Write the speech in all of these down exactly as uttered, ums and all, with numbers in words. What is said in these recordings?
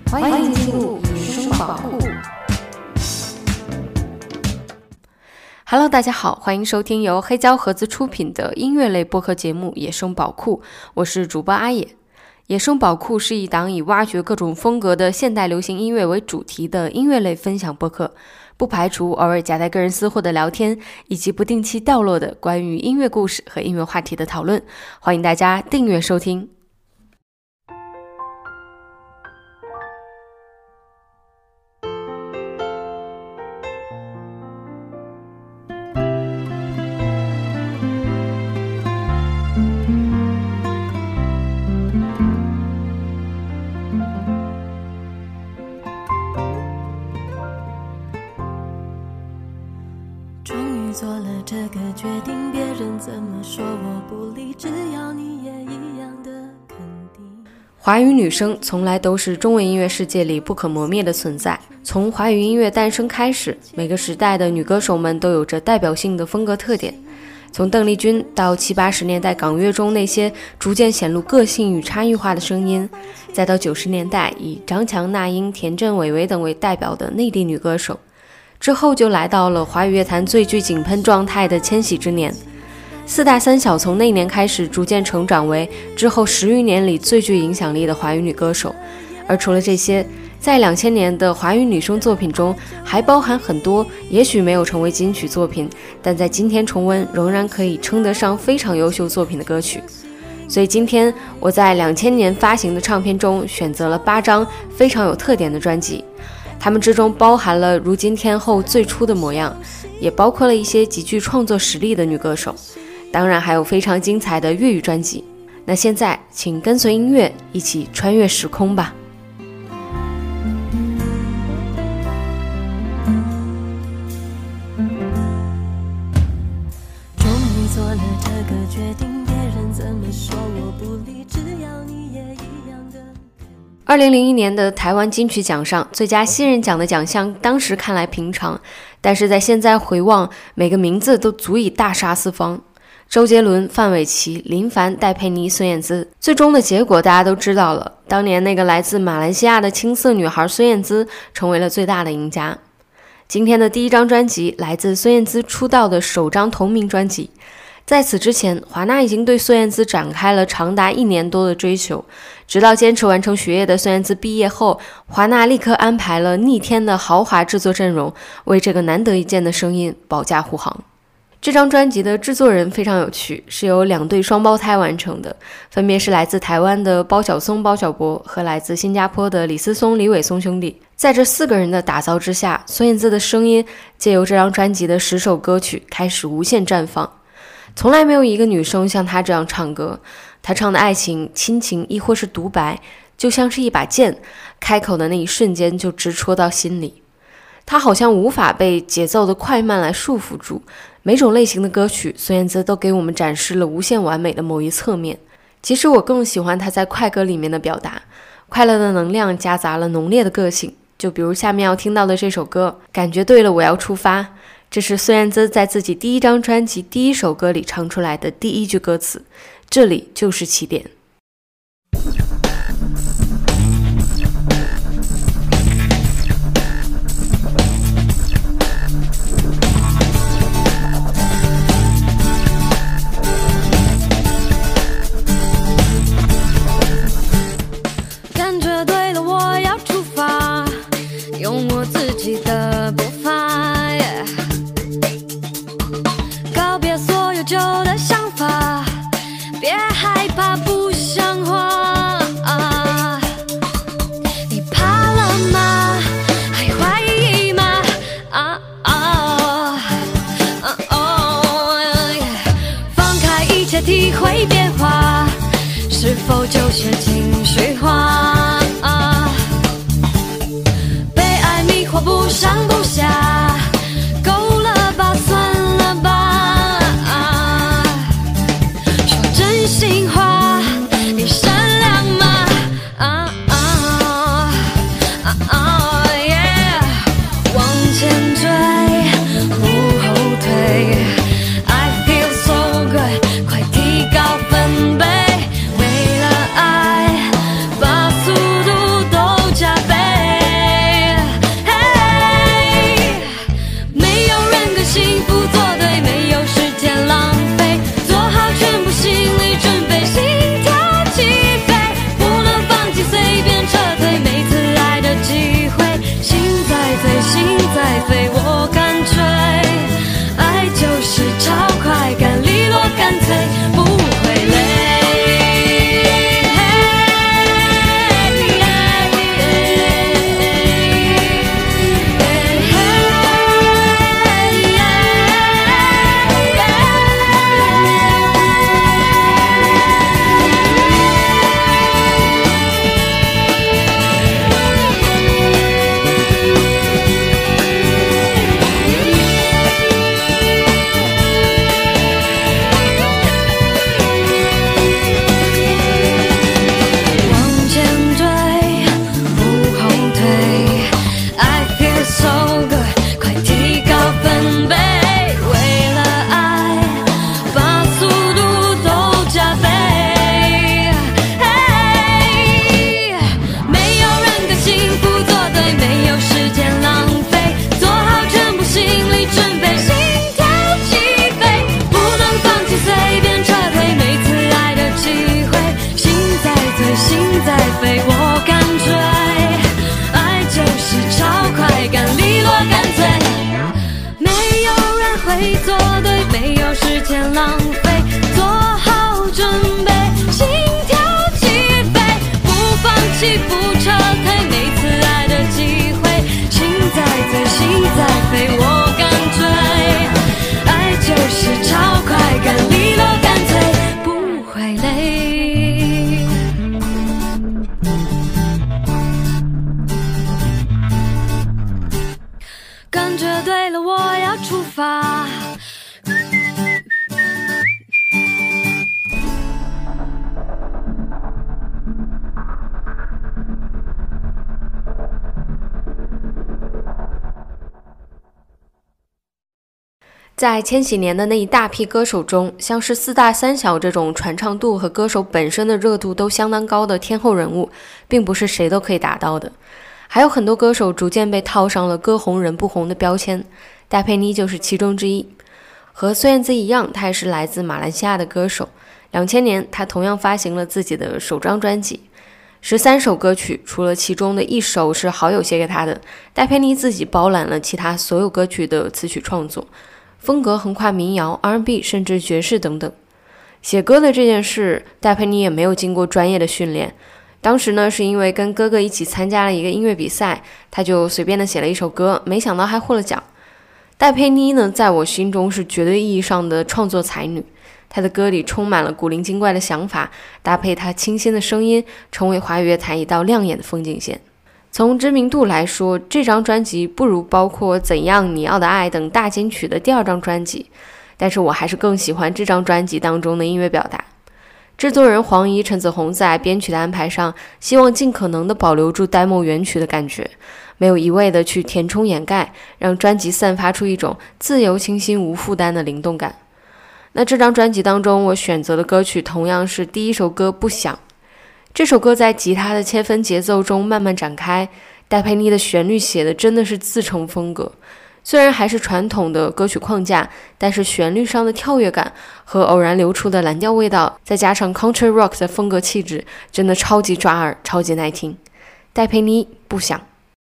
欢迎进入野生宝库。Hello， 大家好，欢迎收听由黑胶盒子出品的音乐类播客节目《野生宝库》，我是主播阿野。野生宝库是一档以挖掘各种风格的现代流行音乐为主题的音乐类分享播客，不排除偶尔夹带个人私货的聊天，以及不定期掉落的关于音乐故事和音乐话题的讨论。欢迎大家订阅收听。 做了这个决定，别人怎么说我不理，只要你也一样的肯定。 华语女声从来都是中文音乐世界里不可磨灭的存在。从华语音乐诞生开始，每个时代的女歌手们都有着代表性的风格特点。从邓丽君到七八十年代港乐中那些逐渐显露个性与差异化的声音，再到九十年代以张强、那英、田震、韦唯等为代表的内地女歌手。之后就来到了华语乐坛最具井喷状态的千禧之年，四大三小从那年开始逐渐成长为之后十余年里最具影响力的华语女歌手。而除了这些，在两千年的华语女声作品中还包含很多也许没有成为金曲作品，但在今天重温仍然可以称得上非常优秀作品的歌曲。所以今天我在两千年发行的唱片中选择了八张非常有特点的专辑，他们之中包含了如今天后最初的模样，也包括了一些极具创作实力的女歌手，当然还有非常精彩的粤语专辑。那现在请跟随音乐一起穿越时空吧。 终于做了这个决定，别人怎么说我不理，只要你也一样的。 二零零一年的台湾金曲奖上，最佳新人奖的奖项当时看来平常，但是在现在回望，每个名字都足以大杀四方。周杰伦、范玮琪、林凡、戴佩妮、孙燕姿，最终的结果大家都知道了。当年那个来自马来西亚的青涩女孩孙燕姿成为了最大的赢家。今天的第一张专辑来自孙燕姿出道的首张同名专辑。在此之前，华纳已经对孙燕姿展开了长达一年多的追求，直到坚持完成学业的孙燕姿毕业后，华纳立刻安排了逆天的豪华制作阵容，为这个难得一见的声音保驾护航。这张专辑的制作人非常有趣，是由两对双胞胎完成的，分别是来自台湾的包小松、包小柏和来自新加坡的李思松、李伟松兄弟。在这四个人的打造之下，孙燕姿的声音借由这张专辑的十首歌曲开始无限绽放。从来没有一个女生像她这样唱歌，她唱的爱情、亲情亦或是独白，就像是一把剑，开口的那一瞬间就直戳到心里。她好像无法被节奏的快慢来束缚住，每种类型的歌曲，孙燕姿都给我们展示了无限完美的某一侧面。其实我更喜欢她在快歌里面的表达，快乐的能量夹杂了浓烈的个性，就比如下面要听到的这首歌，感觉对了我要出发。这是孙燕姿在自己第一张专辑第一首歌里唱出来的第一句歌词，这里就是起点。 感觉对了我要出发，用我自己的步伐，旧的想法，别害怕不像话、啊、你怕了吗？还怀疑吗？啊啊啊哦！放开一切，体会变化，是否就是情绪化、啊、被爱迷惑不上不下，够了吧，算了吧。心话，你善良吗？啊啊啊啊！耶，往前追，不后退。I feel so good， 快提高分贝，为了爱，把速度都加倍。 时间浪费，做好准备，心跳起飞，不放弃不撤退，每次爱的机会，心在飞心在飞，我敢追，爱就是超快感，利落干脆，不会累。感觉对了，我要出发。 在千禧年的那一大批歌手中，像是四大三小这种传唱度和歌手本身的热度都相当高的天后人物，并不是谁都可以达到的。还有很多歌手逐渐被套上了歌红人不红的标签，戴佩妮就是其中之一。和孙燕姿一样，她也是来自马来西亚的歌手。两千年，她同样发行了自己的首张专辑，十三首歌曲，除了其中的一首是好友写给她的，戴佩妮自己包揽了其他所有歌曲的词曲创作。风格横跨民谣、R and B 甚至爵士等等。写歌的这件事，戴佩妮也没有经过专业的训练。当时呢，是因为跟哥哥一起参加了一个音乐比赛，他就随便的写了一首歌，没想到还获了奖。戴佩妮呢，在我心中是绝对意义上的创作才女。她的歌里充满了古灵精怪的想法，搭配她清新的声音，成为华语乐坛一道亮眼的风景线。从知名度来说，这张专辑不如包括《怎样你要的爱》等大金曲的第二张专辑，但是我还是更喜欢这张专辑当中的音乐表达。制作人黄怡、陈子红在编曲的安排上，希望尽可能的保留住 demo 原曲的感觉，没有一味的去填充掩盖，让专辑散发出一种自由清新无负担的灵动感。那这张专辑当中，我选择的歌曲同样是第一首歌《不想》。这首歌在吉他的切分节奏中慢慢展开，戴佩妮的旋律写的真的是自成风格。虽然还是传统的歌曲框架，但是旋律上的跳跃感和偶然流出的蓝调味道，再加上 country rock 的风格气质，真的超级抓耳，超级耐听。戴佩妮不想。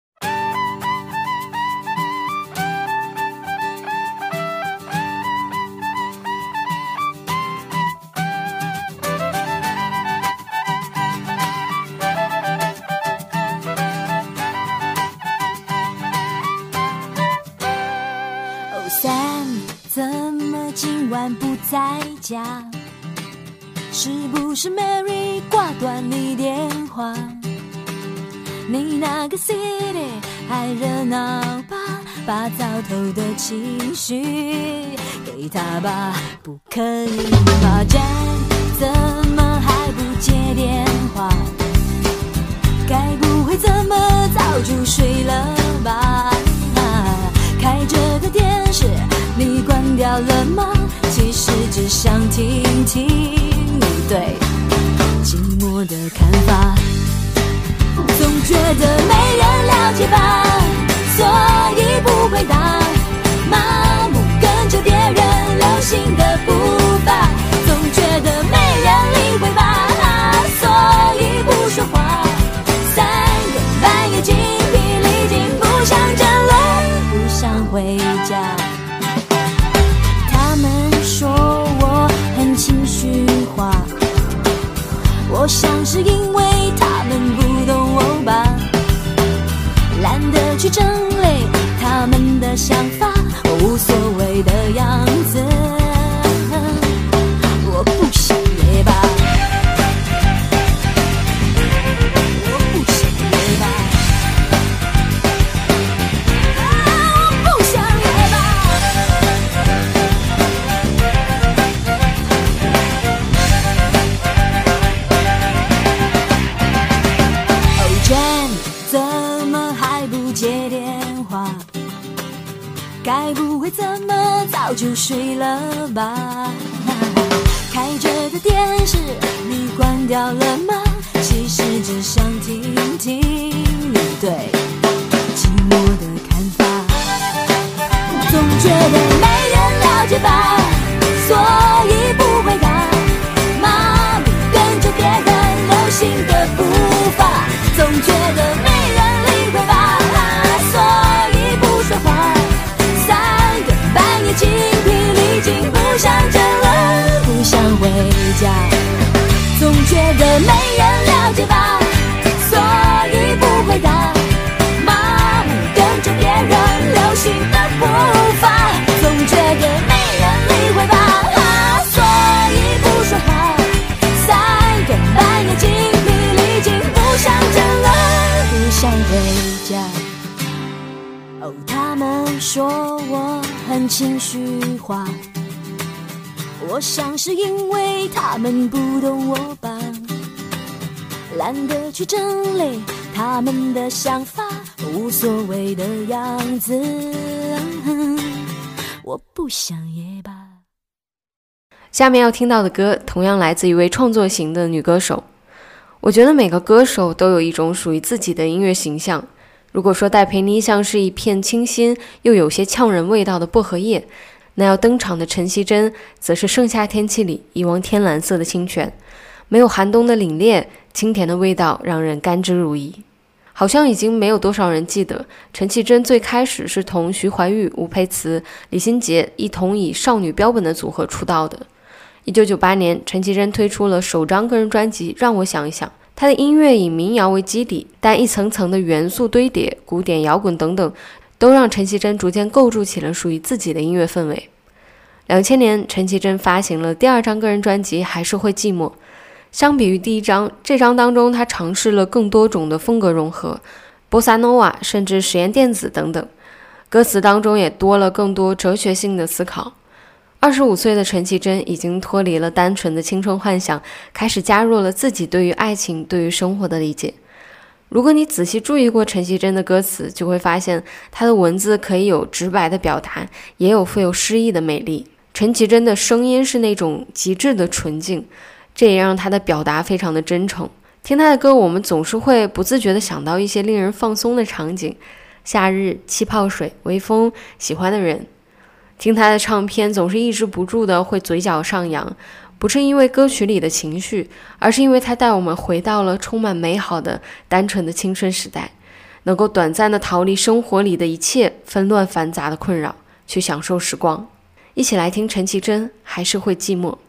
怎么今晚不在家？是不是 Mary 挂断你电话？你那个 city 还热闹吧？把早头的情绪给他吧，不可以吗？Jan 怎么还不接电话？该不会这么早就睡了吧？开着的电视你关掉了吗？其实只想听听你对寂寞的看法。总觉得没人了解吧，所以不回答，麻木跟着别人流行的步伐。总觉得没人理会吧，所以不说话。三更半夜精疲力尽，不想争论，不想回家。他们说我很情绪化，我想是因为他们不懂我吧，懒得去整理他们的想法，我无所谓的样子，我不想也罢，我不想也罢，啊，我不想也罢。怎么还不接电话？该不会这么早就睡了吧？开着的电视你关掉了吗？其实只想听听你对寂寞的看法。总觉得没人了解吧，所以不回答，麻木跟着别人流行的步伐。总觉得没人理会吧，所以不说话。三更半夜精疲力尽，不想得没人了解吧，所以不回答，盲目跟着别人流行的步伐，总觉得没人理会吧，啊，所以不说话，三更半夜精疲力尽，不想见了，不想回家。哦，他们说我很情绪化，我想是因为他们不懂我吧，懒得去整理他们的想法，无所谓的样子，我不想也罢。 下面要听到的歌同样来自一位创作型的女歌手。我觉得每个歌手都有一种属于自己的音乐形象。如果说戴佩妮像是一片清新又有些呛人味道的薄荷叶，那要登场的陈绮贞则是盛夏天气里一汪天蓝色的清泉，没有寒冬的凛冽，清甜的味道让人甘之如饴。好像已经没有多少人记得陈绮贞最开始是同徐怀钰、吴佩慈、李心洁一同以少女标本的组合出道的。一九九八年，陈绮贞推出了首张个人专辑《让我想一想》，她的音乐以民谣为基底，但一层层的元素堆叠，古典摇滚等等，都让陈绮贞逐渐构筑起了属于自己的音乐氛围。两千年，陈绮贞发行了第二张个人专辑《还是会寂寞》。相比于第一张，这张当中她尝试了更多种的风格融合，波萨诺瓦甚至实验电子等等，歌词当中也多了更多哲学性的思考。二十五岁的陈绮贞已经脱离了单纯的青春幻想，开始加入了自己对于爱情、对于生活的理解。如果你仔细注意过陈绮贞的歌词，就会发现她的文字可以有直白的表达，也有富有诗意的美丽。陈绮贞的声音是那种极致的纯净，这也让她的表达非常的真诚。听她的歌，我们总是会不自觉地想到一些令人放松的场景，夏日、气泡水、微风、喜欢的人。听她的唱片，总是抑制不住的会嘴角上扬，不是因为歌曲里的情绪，而是因为她带我们回到了充满美好的单纯的青春时代，能够短暂的逃离生活里的一切纷乱繁杂的困扰，去享受时光。一起来听陈绮贞，还是会寂寞。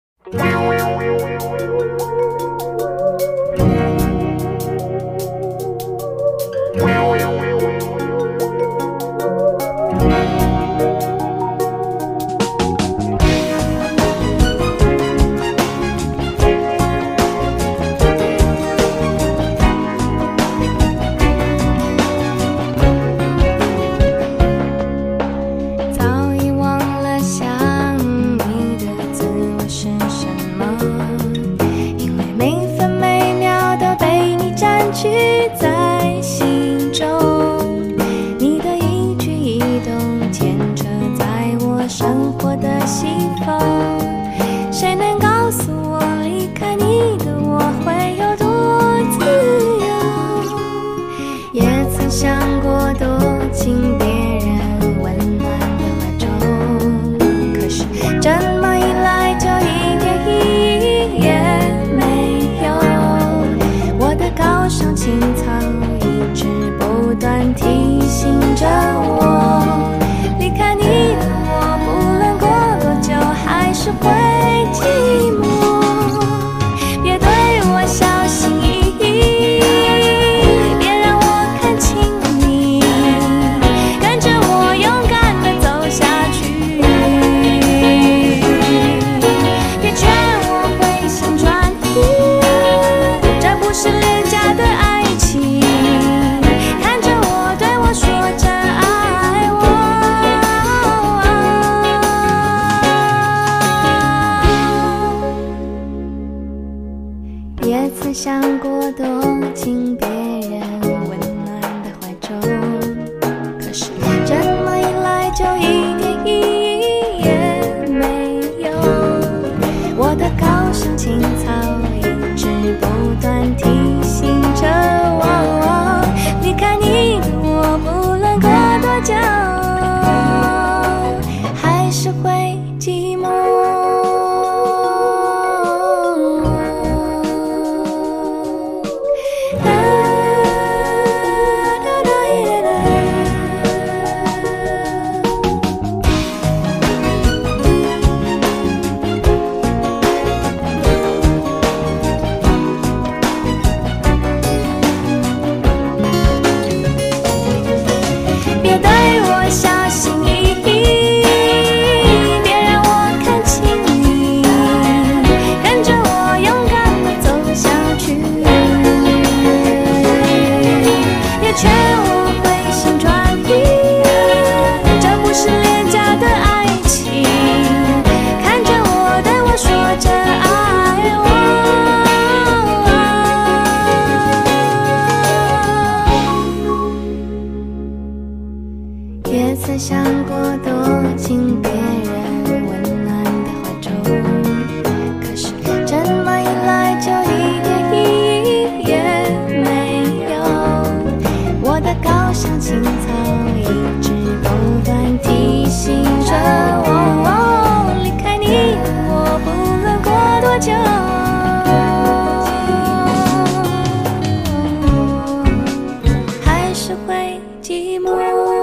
想过躲进别人温暖的怀中，可是这么一来就一点意义也没有。我的高尚青草一直不断提醒着我，离开你的我不论过多久还是会寂寞。 么久，还是会寂寞。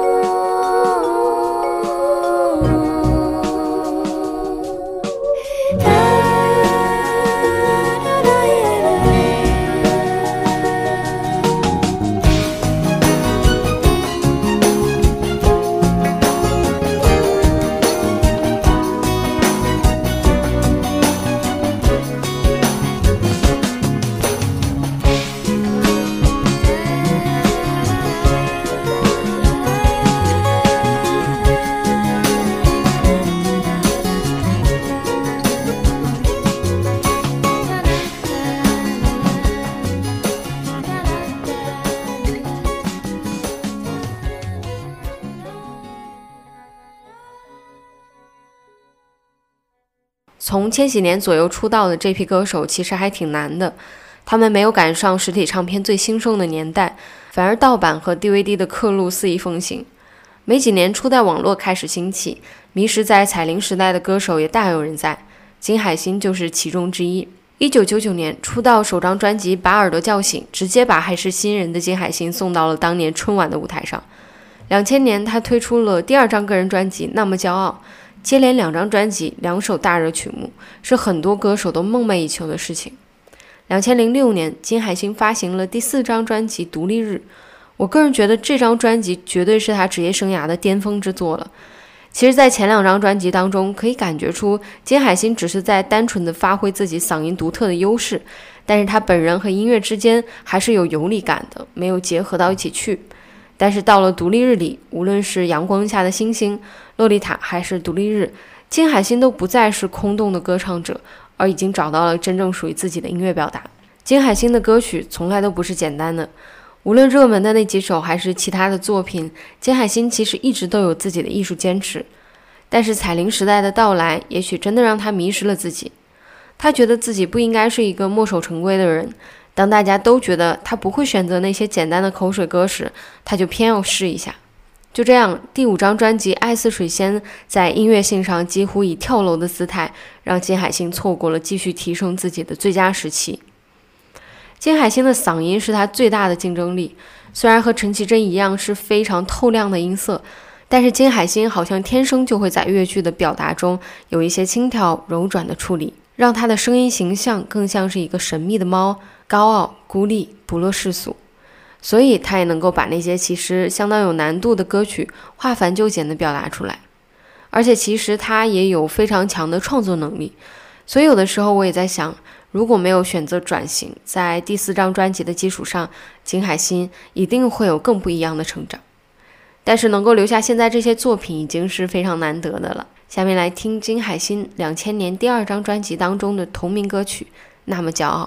从千禧年左右出道的这批歌手其实还挺难的，他们没有赶上实体唱片最兴盛的年代，反而盗版和 D V D 的刻录肆意风行。没几年初代网络开始兴起，迷失在彩铃时代的歌手也大有人在，金海心就是其中之一。一九九九年出道首张专辑《把耳朵叫醒》，直接把还是新人的金海心送到了当年春晚的舞台上。两千年他推出了第二张个人专辑《那么骄傲》，接连两张专辑，两首大热曲目，是很多歌手都梦寐以求的事情。两千零六年，金海心发行了第四张专辑《独立日》，我个人觉得这张专辑绝对是他职业生涯的巅峰之作了。其实在前两张专辑当中，可以感觉出金海心只是在单纯的发挥自己嗓音独特的优势，但是他本人和音乐之间还是有游离感的，没有结合到一起去。但是到了独立日里，无论是阳光下的星星、洛丽塔还是独立日，金海心都不再是空洞的歌唱者，而已经找到了真正属于自己的音乐表达。金海心的歌曲从来都不是简单的，无论热门的那几首还是其他的作品，金海心其实一直都有自己的艺术坚持。但是彩铃时代的到来，也许真的让他迷失了自己。他觉得自己不应该是一个墨守成规的人，当大家都觉得他不会选择那些简单的口水歌时，他就偏要试一下。就这样，第五张专辑《爱似水仙》在音乐性上几乎以跳楼的姿态，让金海心错过了继续提升自己的最佳时期。金海心的嗓音是他最大的竞争力，虽然和陈绮贞一样是非常透亮的音色，但是金海心好像天生就会在乐句的表达中有一些轻佻柔转的处理，让他的声音形象更像是一个神秘的猫，高傲孤立，不落世俗。所以他也能够把那些其实相当有难度的歌曲化繁就简地表达出来。而且其实他也有非常强的创作能力，所以有的时候我也在想，如果没有选择转型，在第四张专辑的基础上，金海心一定会有更不一样的成长。但是能够留下现在这些作品已经是非常难得的了。下面来听金海心两千年第二张专辑当中的同名歌曲《那么骄傲》。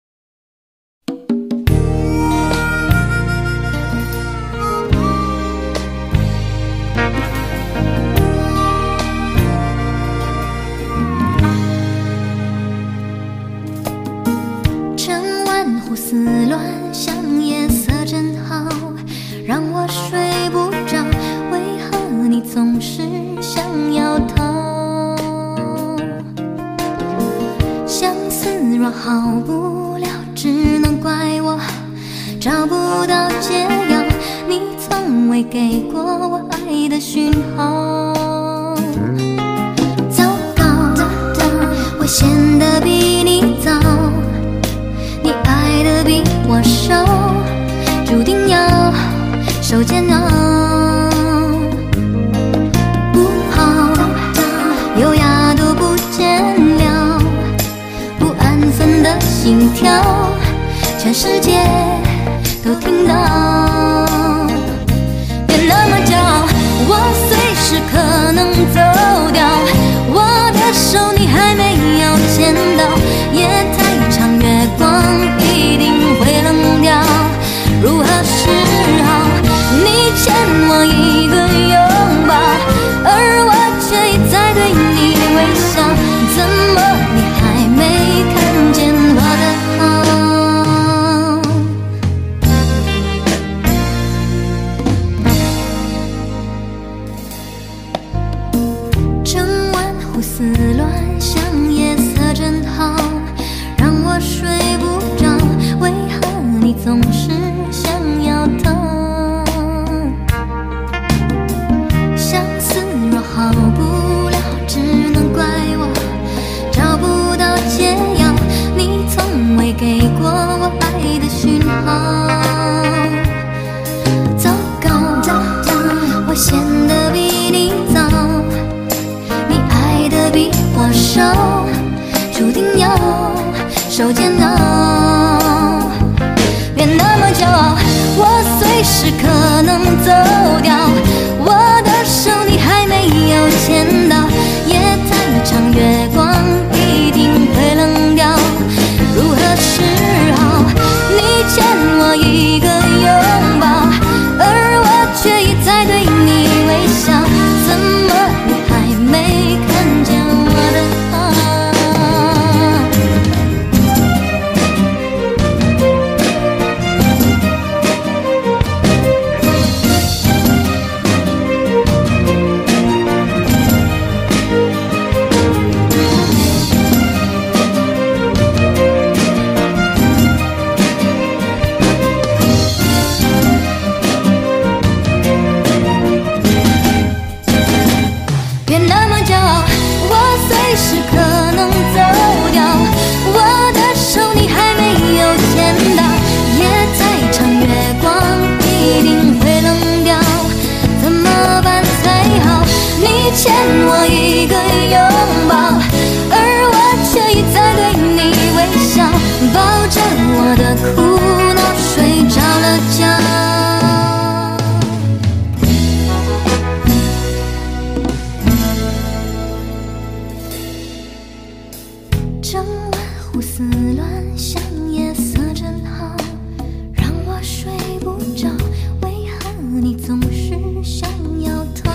整晚胡思乱想，夜色真好，让我睡不着。为何你总是想要逃？相思若好不了，只能怪我找不到解药。你从未给过我爱的讯号。糟糕，我陷得比你早，你爱得比我少，注定要受煎熬。不好，优雅都不见了，不安分的心跳，全世界都听到。别那么骄傲，我随时可能走掉，我的手你还没有牵到，夜太长，月光一定会冷掉。如何是好？你欠我一个拥抱，而我却一再对你微笑，怎么你还没看见我的好？整晚胡思乱想，夜色真好， 手煎熬，别那么骄傲，我随时可能走掉。我的手你还没有牵到，夜太长，月光一定会冷掉。如何是好？你欠我一个拥抱，而我却一再对你微笑。怎么你还没看见我的好？欠我一个拥抱，而我却一再对你微笑，抱着我的苦恼睡着了觉。整晚胡思乱想，夜色真好，让我睡不着。为何你总是想要逃？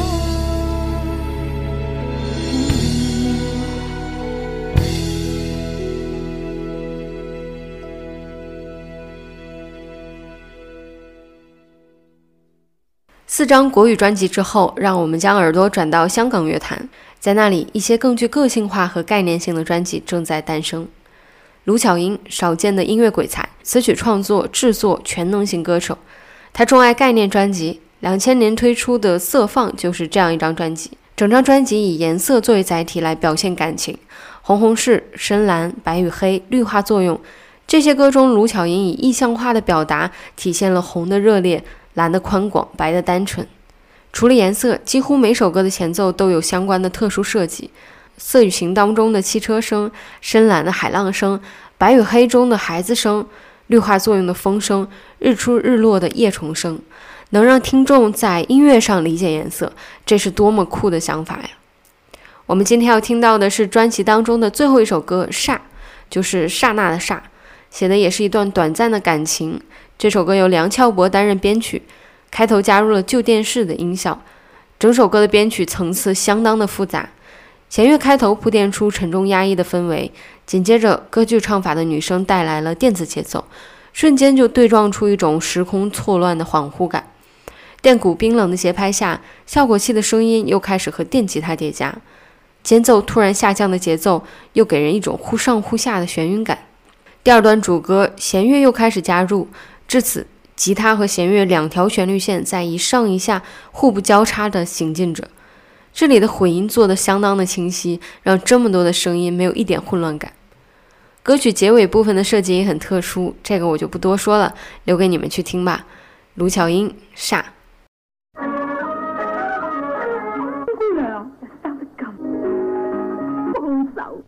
四张国语专辑之后，让我们将耳朵转到香港乐坛，在那里，一些更具个性化和概念性的专辑正在诞生。卢巧音，少见的音乐鬼才，词曲创作、制作全能型歌手。他钟爱概念专辑，两千年推出的《色放》就是这样一张专辑。整张专辑以颜色作为载体来表现感情，红红是、深蓝、白与黑、绿化作用，这些歌中卢巧音以意象化的表达体现了红的热烈、蓝的宽广、白的单纯。除了颜色，几乎每首歌的前奏都有相关的特殊设计。色与行当中的汽车声，深蓝的海浪声，白与黑中的孩子声，绿化作用的风声，日出日落的叶虫声，能让听众在音乐上理解颜色，这是多么酷的想法呀！我们今天要听到的是专辑当中的最后一首歌《刹》，就是刹那的刹，写的也是一段短暂的感情。这首歌由梁翘柏担任编曲，开头加入了旧电视的音效，整首歌的编曲层次相当的复杂。弦乐开头铺垫出沉重压抑的氛围，紧接着歌剧唱法的女声带来了电子节奏，瞬间就对撞出一种时空错乱的恍惚感。电鼓冰冷的节拍下，效果器的声音又开始和电吉他叠加，间奏突然下降的节奏又给人一种忽上忽下的眩晕感。第二段主歌弦乐又开始加入，至此吉他和弦乐两条旋律线在一上一下互不交叉地行进着。这里的混音做得相当的清晰，让这么多的声音没有一点混乱感。歌曲结尾部分的设计也很特殊，这个我就不多说了，留给你们去听吧。卢巧音，刹。 姑娘生得咁幫手。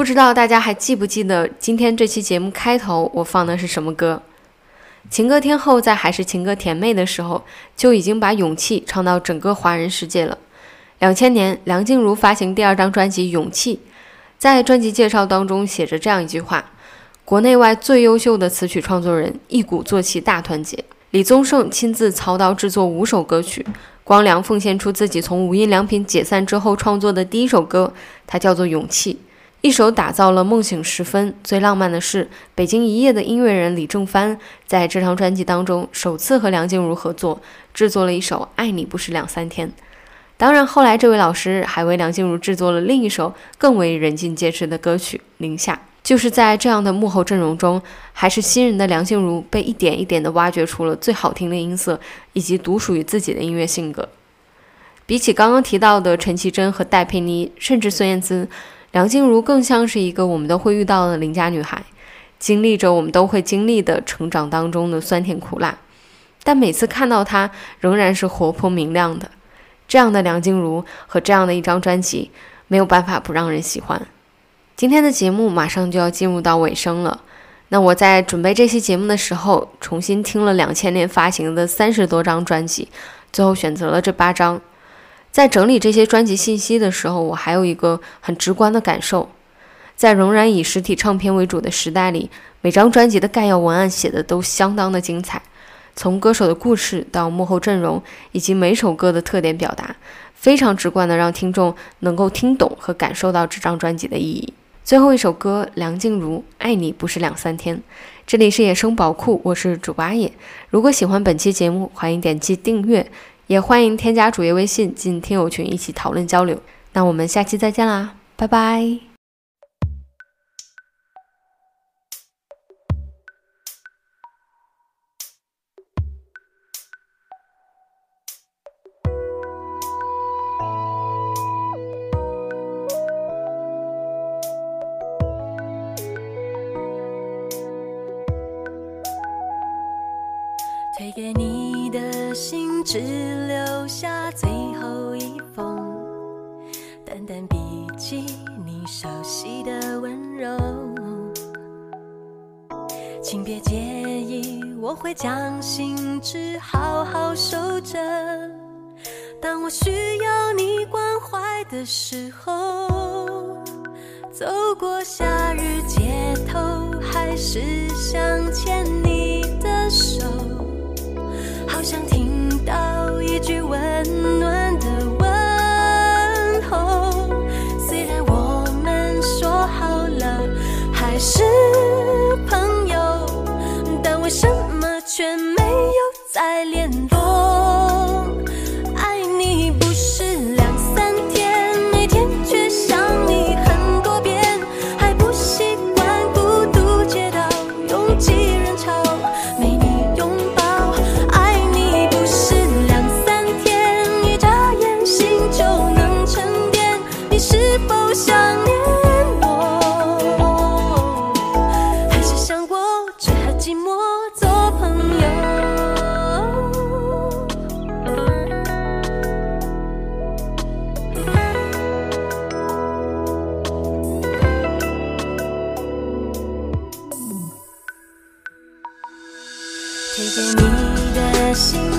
不知道大家还记不记得今天这期节目开头我放的是什么歌？情歌天后在还是情歌甜妹的时候，就已经把勇气唱到整个华人世界了。两千年，梁静茹发行第二张专辑《勇气》，在专辑介绍当中写着这样一句话：国内外最优秀的词曲创作人，一鼓作气大团结。李宗盛亲自操刀制作五首歌曲，光良奉献出自己从无印良品解散之后创作的第一首歌，它叫做《勇气》。一首打造了梦醒时分。最浪漫的是，北京一夜的音乐人李正帆在这张专辑当中首次和梁静茹合作，制作了一首《爱你不是两三天》。当然，后来这位老师还为梁静茹制作了另一首更为人尽皆知的歌曲《零下》。就是在这样的幕后阵容中，还是新人的梁静茹被一点一点地挖掘出了最好听的音色，以及独属于自己的音乐性格。比起刚刚提到的陈绮贞和戴佩妮，甚至孙燕姿，梁静茹更像是一个我们都会遇到的邻家女孩，经历着我们都会经历的成长当中的酸甜苦辣，但每次看到她仍然是活泼明亮的。这样的梁静茹和这样的一张专辑，没有办法不让人喜欢。今天的节目马上就要进入到尾声了，那我在准备这期节目的时候，重新听了两千年发行的三十多张专辑，最后选择了这八张。在整理这些专辑信息的时候，我还有一个很直观的感受，在仍然以实体唱片为主的时代里，每张专辑的概要文案写的都相当的精彩，从歌手的故事到幕后阵容，以及每首歌的特点表达，非常直观的让听众能够听懂和感受到这张专辑的意义。最后一首歌，梁静茹《爱你不是两三天》。这里是野生宝库，我是主播阿野。如果喜欢本期节目，欢迎点击订阅，也欢迎添加主页微信进听友群一起讨论交流。那我们下期再见啦，拜拜。 推给你的信只留下最后一封，淡淡笔记你熟悉的温柔，请别介意，我会将信纸好好收着，当我需要你关怀的时候，走过夏日街头，还是想牵你的手，好想听到一句温暖的问候，虽然我们说好了还是朋友，但为什么却没有再联络？爱你不是两三天，每天却想你很多遍，还不习惯孤独街道拥挤人潮，没你拥抱。爱你不是两三天，一眨眼心就能沉淀，你是否想念我？还是想过只和寂寞做朋友？推给你的信